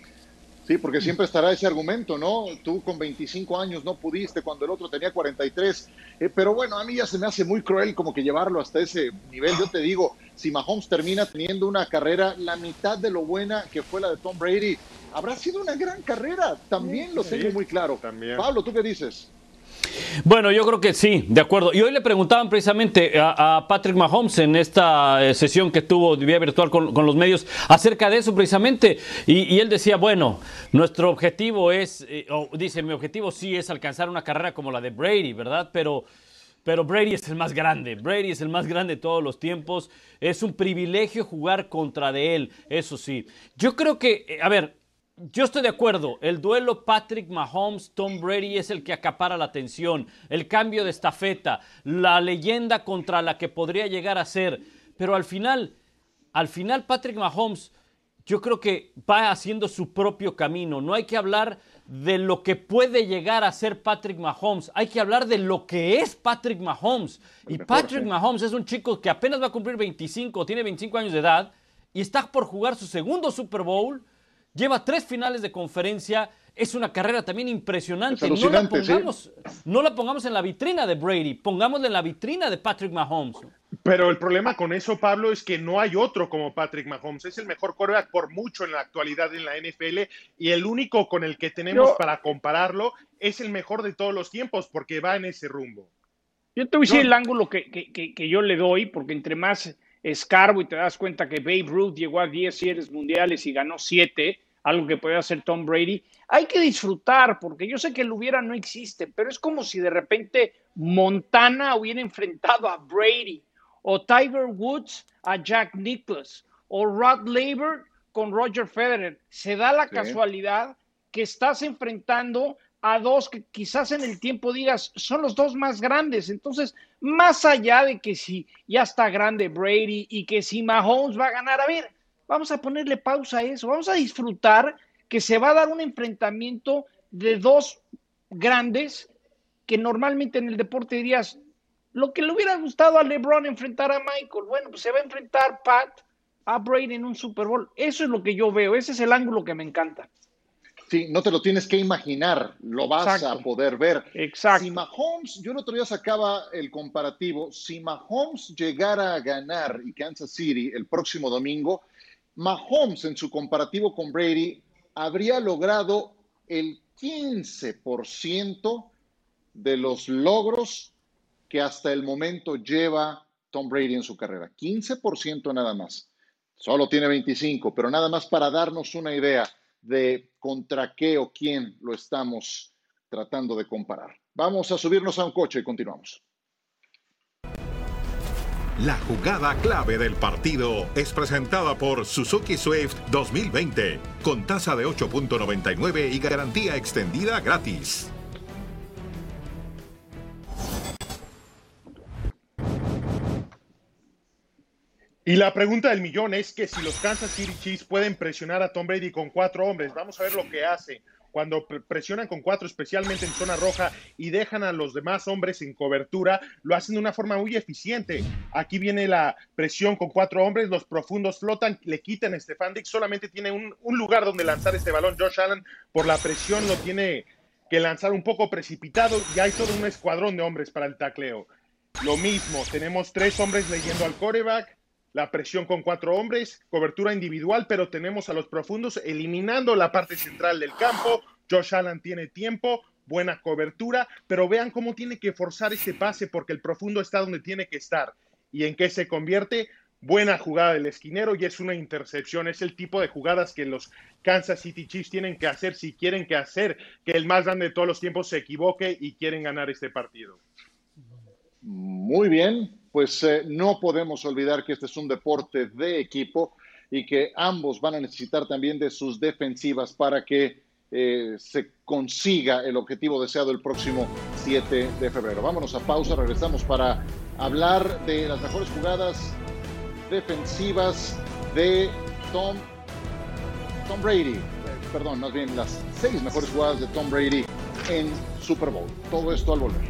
Sí, porque siempre estará ese argumento, ¿no? Tú con veinticinco años no pudiste cuando el otro tenía cuarenta y tres. Eh, pero bueno, a mí ya se me hace muy cruel como que llevarlo hasta ese nivel. Yo te digo, si Mahomes termina teniendo una carrera la mitad de lo buena que fue la de Tom Brady, habrá sido una gran carrera. También lo tengo muy claro. También. Pablo, ¿tú qué dices? Bueno, yo creo que sí, de acuerdo. Y hoy le preguntaban precisamente a, a Patrick Mahomes en esta eh, sesión que tuvo vía virtual con, con los medios acerca de eso precisamente. Y, y él decía, bueno, nuestro objetivo es, eh, o dice, mi objetivo sí es alcanzar una carrera como la de Brady, ¿verdad? Pero, pero Brady es el más grande. Brady es el más grande de todos los tiempos. Es un privilegio jugar contra de él, eso sí. Yo creo que, eh, a ver... Yo estoy de acuerdo, el duelo Patrick Mahomes-Tom Brady es el que acapara la atención, el cambio de estafeta, la leyenda contra la que podría llegar a ser, pero al final, al final Patrick Mahomes yo creo que va haciendo su propio camino, no hay que hablar de lo que puede llegar a ser Patrick Mahomes, hay que hablar de lo que es Patrick Mahomes, y Patrick Mahomes es un chico que apenas va a cumplir veinticinco, tiene veinticinco años de edad, y está por jugar su segundo Super Bowl. Lleva tres finales de conferencia, es una carrera también impresionante. No la, pongamos, ¿sí? no la pongamos en la vitrina de Brady, pongámosla en la vitrina de Patrick Mahomes. Pero el problema con eso, Pablo, es que no hay otro como Patrick Mahomes. Es el mejor quarterback por mucho en la actualidad en la N F L y el único con el que tenemos Yo, para compararlo es el mejor de todos los tiempos porque va en ese rumbo. Yo te voy a decir no. el ángulo que, que, que, que yo le doy, porque entre más escarbo y te das cuenta que Babe Ruth llegó a diez series mundiales y ganó siete, algo que puede hacer Tom Brady, hay que disfrutar, porque yo sé que el hubiera no existe, pero es como si de repente Montana hubiera enfrentado a Brady, o Tiger Woods a Jack Nicklaus, o Rod Laver con Roger Federer. Se da la sí. casualidad que estás enfrentando a dos que quizás en el tiempo digas son los dos más grandes. Entonces, más allá de que si ya está grande Brady y que si Mahomes va a ganar, a ver, vamos a ponerle pausa a eso, vamos a disfrutar que se va a dar un enfrentamiento de dos grandes que normalmente en el deporte dirías, lo que le hubiera gustado a LeBron enfrentar a Michael, bueno, pues se va a enfrentar Pat a Brady en un Super Bowl. Eso es lo que yo veo, ese es el ángulo que me encanta. Sí, no te lo tienes que imaginar, lo vas Exacto. a poder ver. Exacto. Si Mahomes, yo el otro día sacaba el comparativo, si Mahomes llegara a ganar y Kansas City el próximo domingo, Mahomes en su comparativo con Brady habría logrado el quince por ciento de los logros que hasta el momento lleva Tom Brady en su carrera. quince por ciento nada más. Solo tiene veinticinco, pero nada más para darnos una idea de contra qué o quién lo estamos tratando de comparar. Vamos a subirnos a un coche y continuamos. La jugada clave del partido es presentada por Suzuki Swift dos mil veinte, con tasa de ocho punto noventa y nueve y garantía extendida gratis. Y la pregunta del millón es que si los Kansas City Chiefs pueden presionar a Tom Brady con cuatro hombres, vamos a ver lo que hace. Cuando presionan con cuatro, especialmente en zona roja, y dejan a los demás hombres en cobertura, lo hacen de una forma muy eficiente. Aquí viene la presión con cuatro hombres, los profundos flotan, le quitan a Stefon Diggs, solamente tiene un, un lugar donde lanzar este balón. Josh Allen, por la presión, lo tiene que lanzar un poco precipitado, y hay todo un escuadrón de hombres para el tacleo. Lo mismo, tenemos tres hombres leyendo al quarterback, la presión con cuatro hombres, cobertura individual, pero tenemos a los profundos eliminando la parte central del campo. Josh Allen tiene tiempo, buena cobertura, pero vean cómo tiene que forzar este pase porque el profundo está donde tiene que estar. ¿Y en qué se convierte? Buena jugada del esquinero y es una intercepción. Es el tipo de jugadas que los Kansas City Chiefs tienen que hacer si quieren que hacer que el más grande de todos los tiempos se equivoque y quieren ganar este partido. Muy bien, pues eh, no podemos olvidar que este es un deporte de equipo y que ambos van a necesitar también de sus defensivas para que eh, se consiga el objetivo deseado el próximo siete de febrero. Vámonos a pausa, regresamos para hablar de las mejores jugadas defensivas de Tom, Tom Brady, eh, perdón, más bien las seis mejores jugadas de Tom Brady en Super Bowl. Todo esto al volver.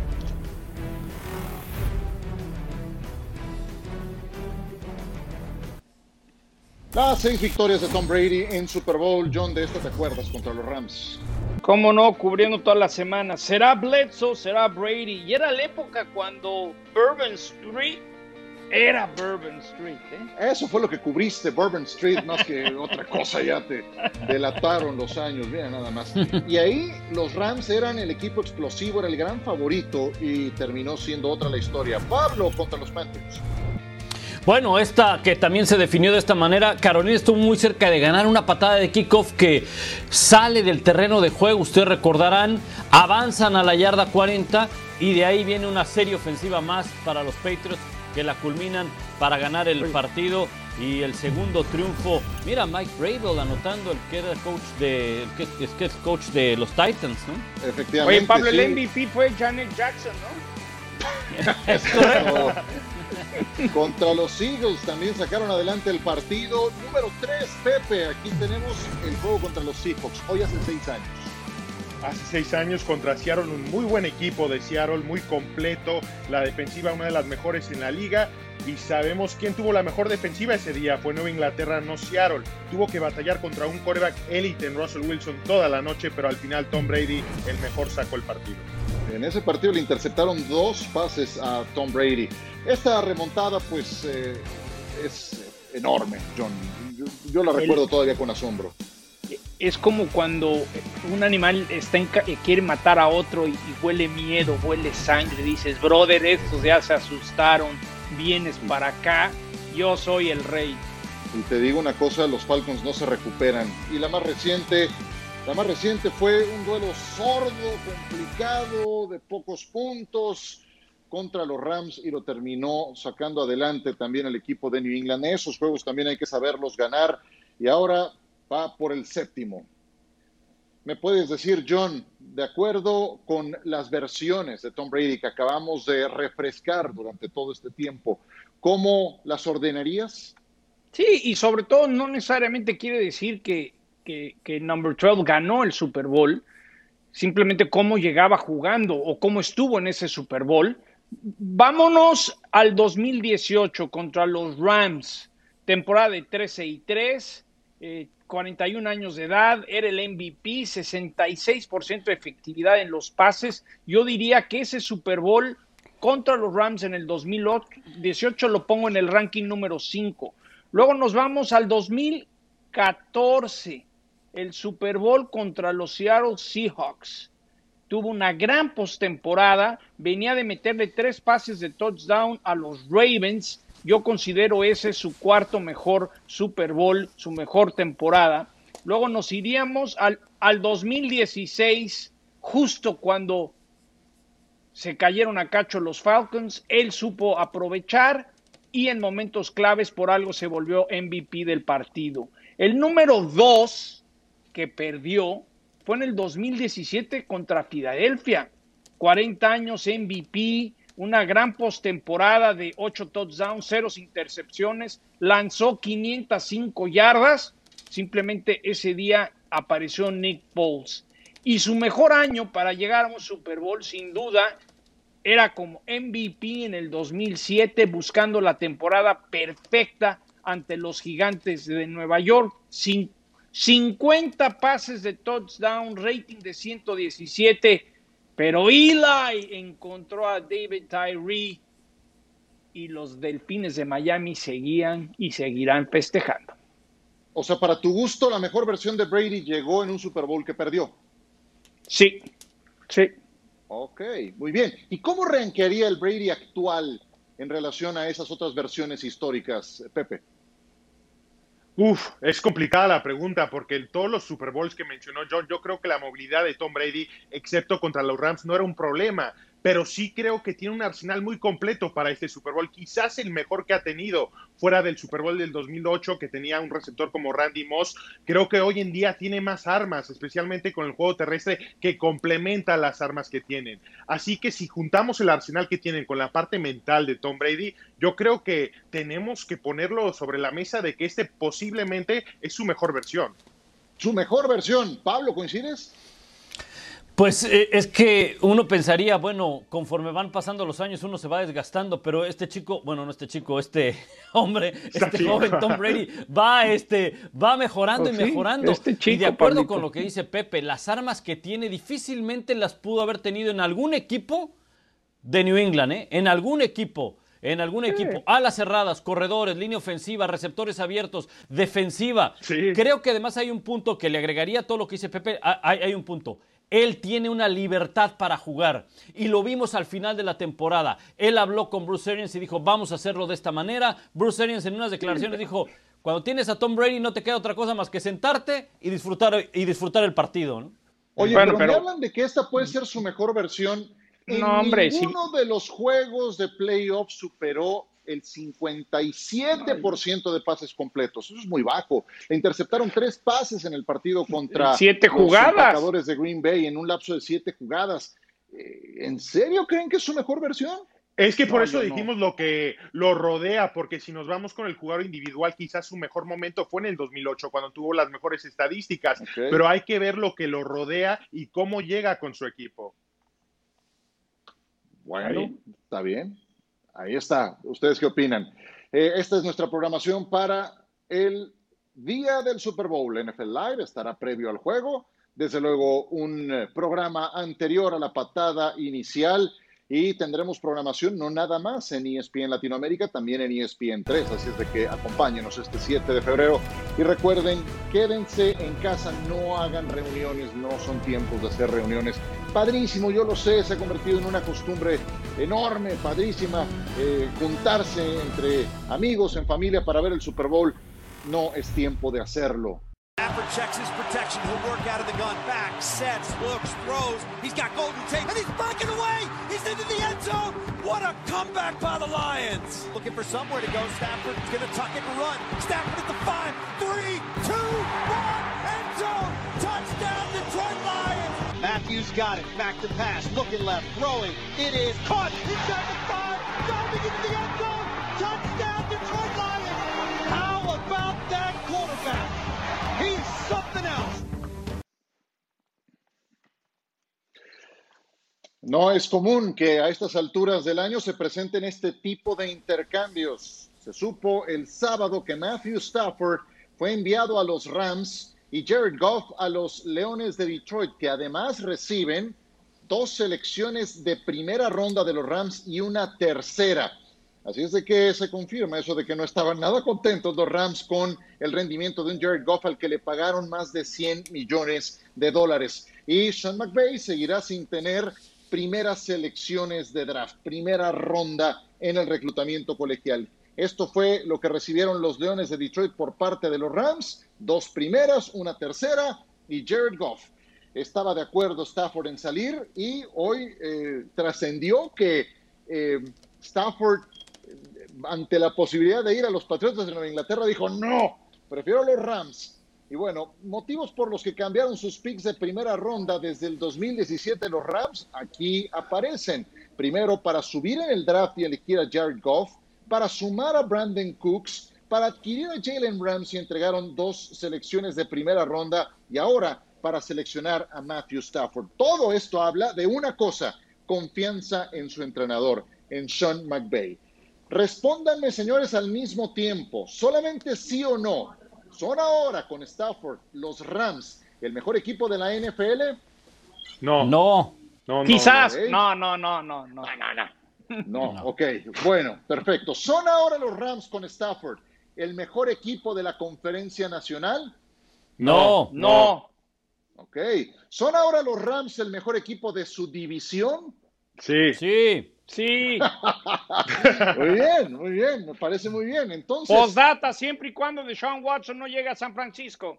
Las seis victorias de Tom Brady en Super Bowl. John, de esto te acuerdas contra los Rams. Cómo no, cubriendo toda la semana. ¿Será Bledsoe? ¿Será Brady? Y era la época cuando Bourbon Street era Bourbon Street, ¿eh? Eso fue lo que cubriste, Bourbon Street, más que otra cosa, ya te delataron los años, mira nada más. Y ahí los Rams eran el equipo explosivo, era el gran favorito y terminó siendo otra la historia. Pablo contra los Panthers. Bueno, esta que también se definió de esta manera, Carolina estuvo muy cerca de ganar una patada de kickoff que sale del terreno de juego, ustedes recordarán, avanzan a la yarda cuarenta y de ahí viene una serie ofensiva más para los Patriots que la culminan para ganar el partido y el segundo triunfo. Mira, Mike Vrabel anotando, el que era coach de, el que, es que es coach de los Titans, ¿no? Efectivamente. Oye, Pablo, sí. el M V P fue Janet Jackson, ¿no? Es correcto. Contra los Eagles también sacaron adelante el partido. Número tres, Pepe. Aquí tenemos el juego contra los Seahawks. Hoy hace seis años. Hace seis años contra Seattle, un muy buen equipo de Seattle, muy completo. La defensiva, una de las mejores en la liga. Y sabemos quién tuvo la mejor defensiva ese día. Fue Nueva Inglaterra, no Seattle. Tuvo que batallar contra un quarterback élite en Russell Wilson toda la noche, pero al final Tom Brady, el mejor, sacó el partido. En ese partido le interceptaron dos pases a Tom Brady. Esta remontada, pues, eh, es enorme, John. Yo, yo la recuerdo el, todavía con asombro. Es como cuando un animal está en, quiere matar a otro y, y huele miedo, huele sangre. Dices, brother, estos ya se asustaron, vienes para acá, yo soy el rey. Y te digo una cosa, los Falcons no se recuperan. Y la más reciente... La más reciente fue un duelo sordo, complicado, de pocos puntos contra los Rams y lo terminó sacando adelante también el equipo de New England. Esos juegos también hay que saberlos ganar y ahora va por el séptimo. ¿Me puedes decir, John, de acuerdo con las versiones de Tom Brady que acabamos de refrescar durante todo este tiempo, cómo las ordenarías? Sí, y sobre todo no necesariamente quiere decir que Que, que Number doce ganó el Super Bowl, simplemente cómo llegaba jugando o cómo estuvo en ese Super Bowl. Vámonos al dos mil dieciocho contra los Rams, temporada de trece y tres, eh, cuarenta y un años de edad, era el M V P, sesenta y seis por ciento de efectividad en los pases. Yo diría que ese Super Bowl contra los Rams en el dos mil dieciocho lo pongo en el ranking número cinco. Luego nos vamos al dos mil catorce, el Super Bowl contra los Seattle Seahawks. Tuvo una gran postemporada, venía de meterle tres pases de touchdown a los Ravens. Yo considero ese su cuarto mejor Super Bowl, su mejor temporada. Luego nos iríamos al, al dos mil dieciséis, justo cuando se cayeron a cacho los Falcons. Él supo aprovechar y en momentos claves por algo se volvió M V P del partido. El número dos que perdió fue en el dos mil diecisiete contra Filadelfia. cuarenta años M V P, una gran postemporada de ocho touchdowns, cero intercepciones, lanzó quinientas cinco yardas. Simplemente ese día apareció Nick Foles. Y su mejor año para llegar a un Super Bowl, sin duda, era como M V P en el dos mil siete, buscando la temporada perfecta ante los Gigantes de Nueva York. Sin cincuenta pases de touchdown, rating de ciento diecisiete, pero Eli encontró a David Tyree y los Delfines de Miami seguían y seguirán festejando. O sea, para tu gusto, la mejor versión de Brady llegó en un Super Bowl que perdió. Sí, sí. Ok, muy bien. ¿Y cómo rankearía el Brady actual en relación a esas otras versiones históricas, Pepe? Uf, es complicada la pregunta porque en todos los Super Bowls que mencionó John, yo creo que la movilidad de Tom Brady, excepto contra los Rams, no era un problema. pero sí creo que tiene un arsenal muy completo para este Super Bowl, quizás el mejor que ha tenido fuera del Super Bowl del dos mil ocho, que tenía un receptor como Randy Moss. Creo que hoy en día tiene más armas, especialmente con el juego terrestre, que complementa las armas que tienen. Así que si juntamos el arsenal que tienen con la parte mental de Tom Brady, yo creo que tenemos que ponerlo sobre la mesa de que este posiblemente es su mejor versión. Su mejor versión. Pablo, ¿coincides? Pues eh, es que uno pensaría, bueno, conforme van pasando los años uno se va desgastando, pero este chico, bueno, no este chico, este hombre, este joven Tom Brady va, este, va mejorando oh, y sí, mejorando. Este chico, y de acuerdo Pablito. con lo que dice Pepe, las armas que tiene difícilmente las pudo haber tenido en algún equipo de New England, ¿eh? En algún equipo. En algún equipo, alas cerradas, corredores, línea ofensiva, receptores abiertos, defensiva. Sí. Creo que además hay un punto que le agregaría a todo lo que dice Pepe, hay, hay un punto. Él tiene una libertad para jugar y lo vimos al final de la temporada. Él habló con Bruce Arians y dijo, vamos a hacerlo de esta manera. Bruce Arians en unas declaraciones dijo, cuando tienes a Tom Brady no te queda otra cosa más que sentarte y disfrutar, y disfrutar el partido, ¿no? Oye, Bueno, pero, pero- me hablan de que esta puede ser su mejor versión. En No, hombre, ninguno de los juegos de playoffs superó el cincuenta y siete por ciento de pases completos. Eso es muy bajo. Le interceptaron tres pases en el partido contra Siete los jugadas. empacadores de Green Bay en un lapso de siete jugadas. Eh, ¿En serio creen que es su mejor versión? Es que por No, eso yo no. dijimos lo que lo rodea, porque si nos vamos con el jugador individual, quizás su mejor momento fue en el dos mil ocho, cuando tuvo las mejores estadísticas, Okay. pero hay que ver lo que lo rodea y cómo llega con su equipo. Bueno, Ahí. está bien. Ahí está. ¿Ustedes qué opinan? Eh, esta es nuestra programación para el día del Super Bowl. N F L Live estará previo al juego. Desde luego, un eh, programa anterior a la patada inicial. Y tendremos programación no nada más en E S P N Latinoamérica, también en E S P N tres. Así es de que acompáñenos este siete de febrero. Y recuerden, quédense en casa, no hagan reuniones, no son tiempos de hacer reuniones. Padrísimo, yo lo sé, se ha convertido en una costumbre enorme, padrísima, eh, juntarse entre amigos, en familia para ver el Super Bowl. No es tiempo de hacerlo. Stafford checks his protection. He'll work out of the gun. Back, sets, looks, throws. He's got Golden Tate, and he's breaking away. He's into the end zone. What a comeback by the Lions. Looking for somewhere to go. Stafford's going to tuck it and run. Stafford at the five, three, two, one, end zone. Touchdown, Detroit Lions. Matthews got it. Back to pass. Looking left. Throwing. It is caught. Inside the five. Diving into the end zone. Touchdown, Detroit Lions. How about that quarterback? He's something else. No es común que a estas alturas del año se presenten este tipo de intercambios. Se supo el sábado que Matthew Stafford fue enviado a los Rams y Jared Goff a los Leones de Detroit, que además reciben dos selecciones de primera ronda de los Rams y una tercera. Así es de que se confirma eso de que no estaban nada contentos los Rams con el rendimiento de un Jared Goff al que le pagaron más de cien millones de dólares. Y Sean McVay seguirá sin tener primeras selecciones de draft, primera ronda en el reclutamiento colegial. Esto fue lo que recibieron los Leones de Detroit por parte de los Rams, dos primeras, una tercera y Jared Goff. Estaba de acuerdo Stafford en salir y hoy eh, trascendió que eh, Stafford, ante la posibilidad de ir a los Patriotas de Nueva Inglaterra, dijo no, prefiero los Rams. Y bueno, motivos por los que cambiaron sus picks de primera ronda desde el dos mil diecisiete los Rams, aquí aparecen. Primero, para subir en el draft y elegir a Jared Goff, para sumar a Brandon Cooks, para adquirir a Jalen Ramsey, entregaron dos selecciones de primera ronda y ahora para seleccionar a Matthew Stafford. Todo esto habla de una cosa, confianza en su entrenador, en Sean McVay. Respóndanme, señores, al mismo tiempo, solamente sí o no. ¿Son ahora con Stafford los Rams el mejor equipo de la N F L? No. No. No, no, Quizás. ¿eh? No, no, no, no, no. No, ok, bueno, perfecto. ¿Son ahora los Rams con Stafford el mejor equipo de la Conferencia Nacional? No. No. Ok. ¿Son ahora los Rams el mejor equipo de su división? Sí. Sí. Sí. Muy bien, muy bien, me parece muy bien. Entonces, Postdata, siempre y cuando Deshaun Watson no llegue a San Francisco.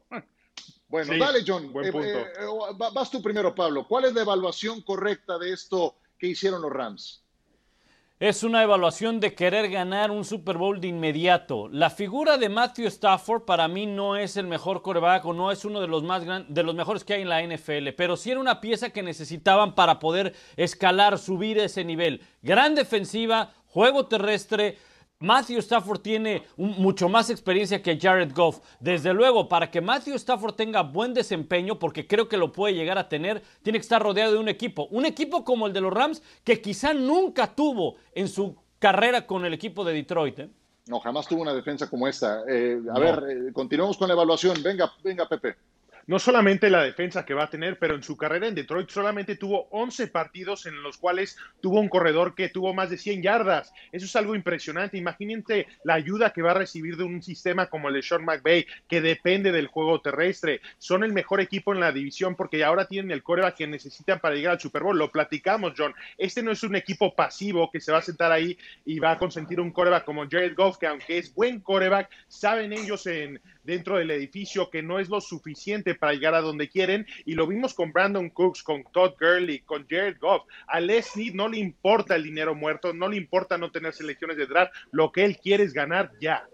bueno, Sí, dale, John. buen Eh, punto. eh, eh, vas tú primero, Pablo. ¿Cuál es la evaluación correcta de esto que hicieron los Rams? Es una evaluación de querer ganar un Super Bowl de inmediato. La figura de Matthew Stafford para mí no es el mejor quarterback o no es uno de los más gran, de los mejores que hay en la N F L, pero sí era una pieza que necesitaban para poder escalar, subir ese nivel. Gran defensiva, juego terrestre. Matthew Stafford tiene un, mucho más experiencia que Jared Goff. Desde luego, para que Matthew Stafford tenga buen desempeño, porque creo que lo puede llegar a tener, tiene que estar rodeado de un equipo. Un equipo como el de los Rams, que quizá nunca tuvo en su carrera con el equipo de Detroit. ¿eh? No, jamás tuvo una defensa como esta. Eh, a No. ver, eh, continuemos con la evaluación. Venga, venga, Pepe. No solamente la defensa que va a tener, pero en su carrera en Detroit solamente tuvo once partidos en los cuales tuvo un corredor que tuvo más de cien yardas. Eso es algo impresionante. Imagínense la ayuda que va a recibir de un sistema como el de Sean McVay, que depende del juego terrestre. Son el mejor equipo en la división porque ahora tienen el quarterback que necesitan para llegar al Super Bowl. Lo platicamos, John. Este no es un equipo pasivo que se va a sentar ahí y va a consentir un quarterback como Jared Goff, que aunque es buen quarterback, saben ellos en dentro del edificio que no es lo suficiente para llegar a donde quieren, y lo vimos con Brandon Cooks, con Todd Gurley, con Jared Goff. A Les Snead no le importa el dinero muerto, no le importa no tener selecciones de draft, lo que él quiere es ganar ya.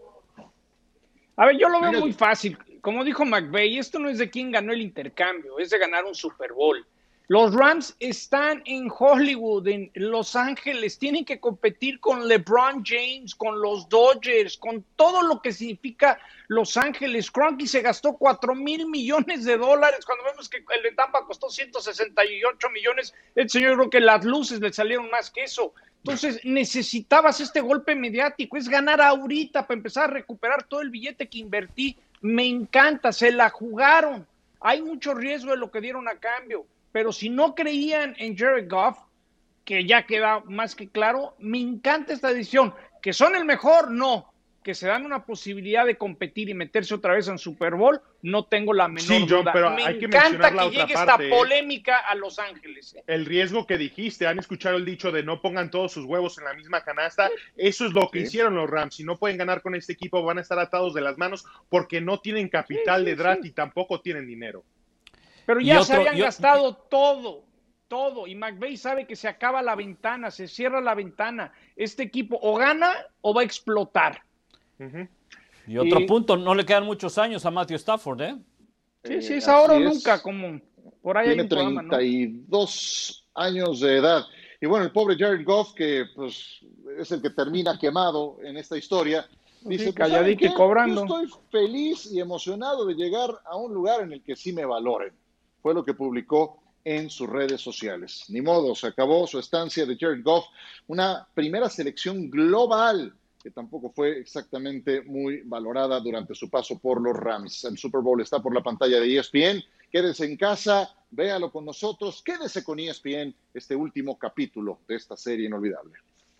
A ver, yo lo veo muy fácil. Como dijo McVay, esto no es de quién ganó el intercambio, es de ganar un Super Bowl. Los Rams están en Hollywood, en Los Ángeles, tienen que competir con LeBron James, con los Dodgers, con todo lo que significa Los Ángeles. Kroenke se gastó cuatro mil millones de dólares, cuando vemos que el de Tampa costó ciento sesenta y ocho millones, el señor creo que las luces le salieron más que eso. Entonces necesitabas este golpe mediático, es ganar ahorita para empezar a recuperar todo el billete que invertí. Me encanta, se la jugaron. Hay mucho riesgo de lo que dieron a cambio. Pero si no creían en Jared Goff, que ya queda más que claro, me encanta esta decisión. ¿Que son el mejor? No. ¿Que se dan una posibilidad de competir y meterse otra vez en Super Bowl? No tengo la menor Sí, John, duda. pero me hay que encanta mencionar que la otra llegue parte, esta ¿eh? polémica a Los Ángeles. El riesgo que dijiste, han escuchado el dicho de no pongan todos sus huevos en la misma canasta. Eso es lo que Sí. hicieron los Rams. Si no pueden ganar con este equipo, van a estar atados de las manos porque no tienen capital Sí, sí, de draft sí. y tampoco tienen dinero. Pero Y ya otro- se habían y o- gastado todo, todo. Y McVay sabe que se acaba la ventana, se cierra la ventana. Este equipo o gana o va a explotar. Ujú. Y otro Y- punto, no le quedan muchos años a Matthew Stafford, ¿eh? Sí, sí, Eh, es ahora o así es. nunca, como por ahí hay Tiene un programa, ¿no? treinta y dos años de edad. Y bueno, el pobre Jared Goff, que pues es el que termina quemado en esta historia, dice, Sí, pues, ¿saben calladito y qué? cobrando. Yo estoy feliz y emocionado de llegar a un lugar en el que sí me valoren. Fue lo que publicó en sus redes sociales. Ni modo, se acabó su estancia de Jared Goff, una primera selección global que tampoco fue exactamente muy valorada durante su paso por los Rams. El Super Bowl está por la pantalla de E S P N. Quédese en casa, véalo con nosotros, quédese con E S P N, este último capítulo de esta serie inolvidable.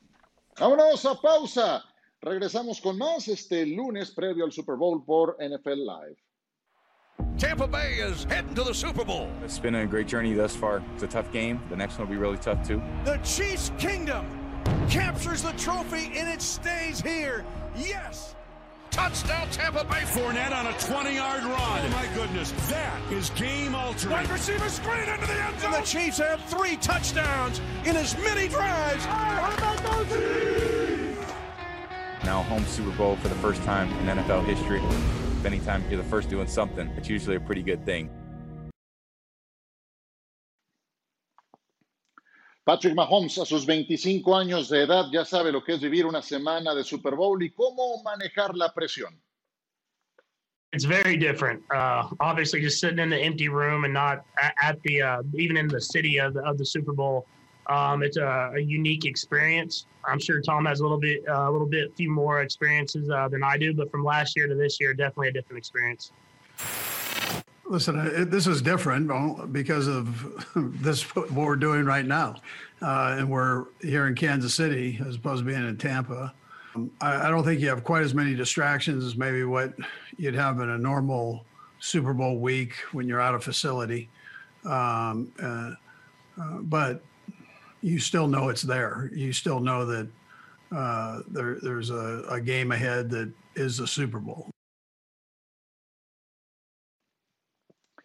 Vámonos a pausa. Regresamos con más este lunes previo al Super Bowl por N F L Live. Tampa Bay is heading to the Super Bowl. It's been a great journey thus far. It's a tough game. The next one will be really tough too. The Chiefs Kingdom captures the trophy and it stays here. Yes! Touchdown Tampa Bay. Fournette on a twenty-yard run. Oh my goodness, that is game altering. Wide receiver screen into the end zone. And the Chiefs have three touchdowns in as many drives. Oh, how about those Chiefs? Now home Super Bowl for the first time in N F L history. If anytime you're the first doing something, it's usually a pretty good thing. Patrick Mahomes, a sus veinticinco años de edad, ya sabe lo que es vivir una semana de Super Bowl y cómo manejar la presión. It's very different. Uh, obviously, just sitting in the empty room and not at, at the uh, even in the city of the, of the Super Bowl. Um, it's a, a unique experience. I'm sure Tom has a little bit, uh, a little bit, few more experiences uh, than I do, but from last year to this year, definitely a different experience. Listen, it, this is different because of this what we're doing right now, uh, and we're here in Kansas City as opposed to being in Tampa. Um, I, I don't think you have quite as many distractions as maybe what you'd have in a normal Super Bowl week when you're out of facility, um, uh, uh, but you still know it's there. You still know that uh, there, there's a, a game ahead that is the Super Bowl.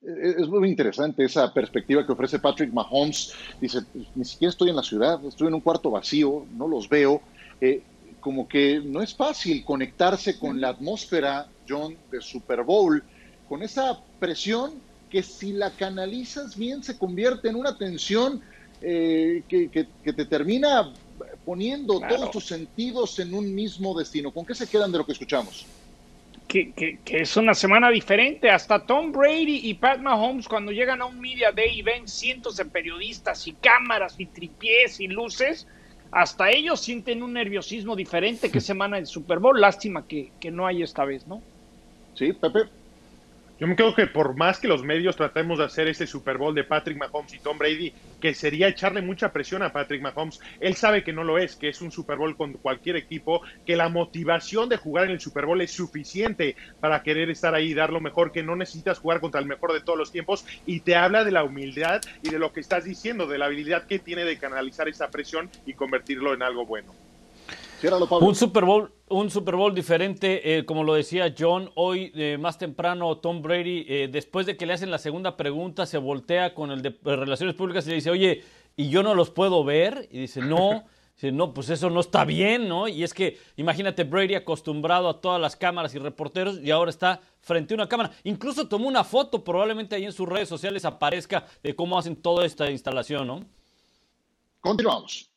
Es muy interesante esa perspectiva que ofrece Patrick Mahomes. Dice, ni siquiera estoy en la ciudad, estoy en un cuarto vacío, no los veo. Eh, como que no es fácil conectarse con la atmósfera, John, de Super Bowl, con esa presión que si la canalizas bien se convierte en una tensión eh, que, que, que te termina poniendo claro. todos tus sentidos en un mismo destino. ¿Con qué se quedan de lo que escuchamos? Que, que, que es una semana diferente. Hasta Tom Brady y Pat Mahomes, cuando llegan a un Media Day y ven cientos de periodistas y cámaras y tripiés y luces, hasta ellos sienten un nerviosismo diferente que semana del Super Bowl. Lástima que, que no hay esta vez, ¿no? Sí, Pepe. Yo me creo que por más que los medios tratemos de hacer ese Super Bowl de Patrick Mahomes y Tom Brady, que sería echarle mucha presión a Patrick Mahomes, él sabe que no lo es, que es un Super Bowl con cualquier equipo, que la motivación de jugar en el Super Bowl es suficiente para querer estar ahí y dar lo mejor, que no necesitas jugar contra el mejor de todos los tiempos, y te habla de la humildad y de lo que estás diciendo, de la habilidad que tiene de canalizar esa presión y convertirlo en algo bueno. Un Super Bowl, un Super Bowl diferente, eh, como lo decía John, hoy eh, más temprano Tom Brady, eh, después de que le hacen la segunda pregunta, se voltea con el de eh, Relaciones Públicas y le dice, oye, ¿y yo no los puedo ver? Y dice, no, dice, no, pues eso no está bien, ¿no? Y es que, imagínate, Brady acostumbrado a todas las cámaras y reporteros y ahora está frente a una cámara. Incluso tomó una foto, probablemente ahí en sus redes sociales aparezca de cómo hacen toda esta instalación, ¿no? Continuamos.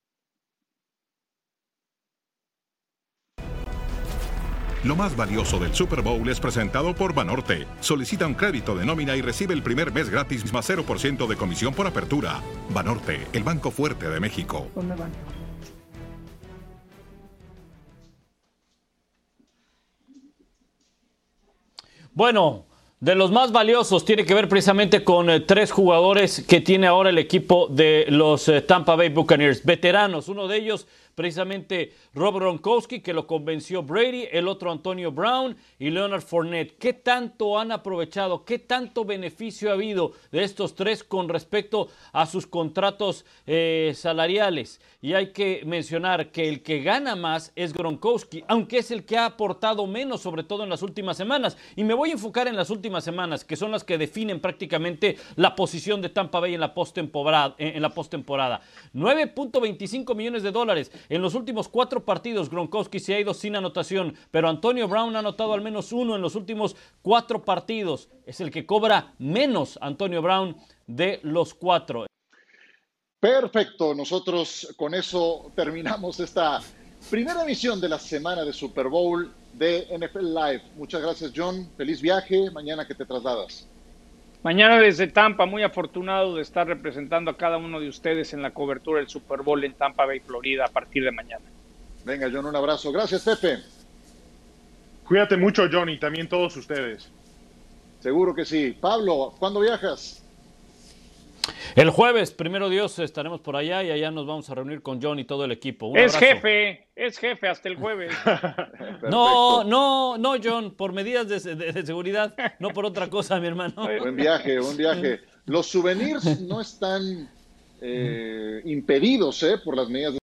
Lo más valioso del Super Bowl es presentado por Banorte. Solicita un crédito de nómina y recibe el primer mes gratis más cero por ciento de comisión por apertura. Banorte, el banco fuerte de México. ¿Dónde van? Bueno, de los más valiosos tiene que ver precisamente con eh, tres jugadores que tiene ahora el equipo de los eh, Tampa Bay Buccaneers. Veteranos, uno de ellos precisamente Rob Gronkowski, que lo convenció Brady, el otro Antonio Brown y Leonard Fournette. ¿Qué tanto han aprovechado, qué tanto beneficio ha habido de estos tres con respecto a sus contratos eh, salariales? Y hay que mencionar que el que gana más es Gronkowski, aunque es el que ha aportado menos, sobre todo en las últimas semanas. Y me voy a enfocar en las últimas semanas, que son las que definen prácticamente la posición de Tampa Bay en la postemporada. En la postemporada. nueve punto veinticinco millones de dólares. En los últimos cuatro partidos, Gronkowski se ha ido sin anotación, pero Antonio Brown ha anotado al menos uno en los últimos cuatro partidos. Es el que cobra menos Antonio Brown de los cuatro. Perfecto, nosotros con eso terminamos esta primera emisión de la semana de Super Bowl de N F L Live. Muchas gracias, John. Feliz viaje. Mañana que te trasladas. Mañana desde Tampa, muy afortunado de estar representando a cada uno de ustedes en la cobertura del Super Bowl en Tampa Bay, Florida, a partir de mañana. Venga, John, un abrazo. Gracias, Pepe. Cuídate mucho, John, y también todos ustedes. Seguro que sí. Pablo, ¿cuándo viajas? El jueves, primero Dios, estaremos por allá y allá nos vamos a reunir con John y todo el equipo. Un es abrazo. jefe, es jefe hasta el jueves. No, no, no, John, por medidas de, de, de seguridad, no por otra cosa, mi hermano. Buen viaje, buen viaje. Los souvenirs no están eh, impedidos eh, por las medidas de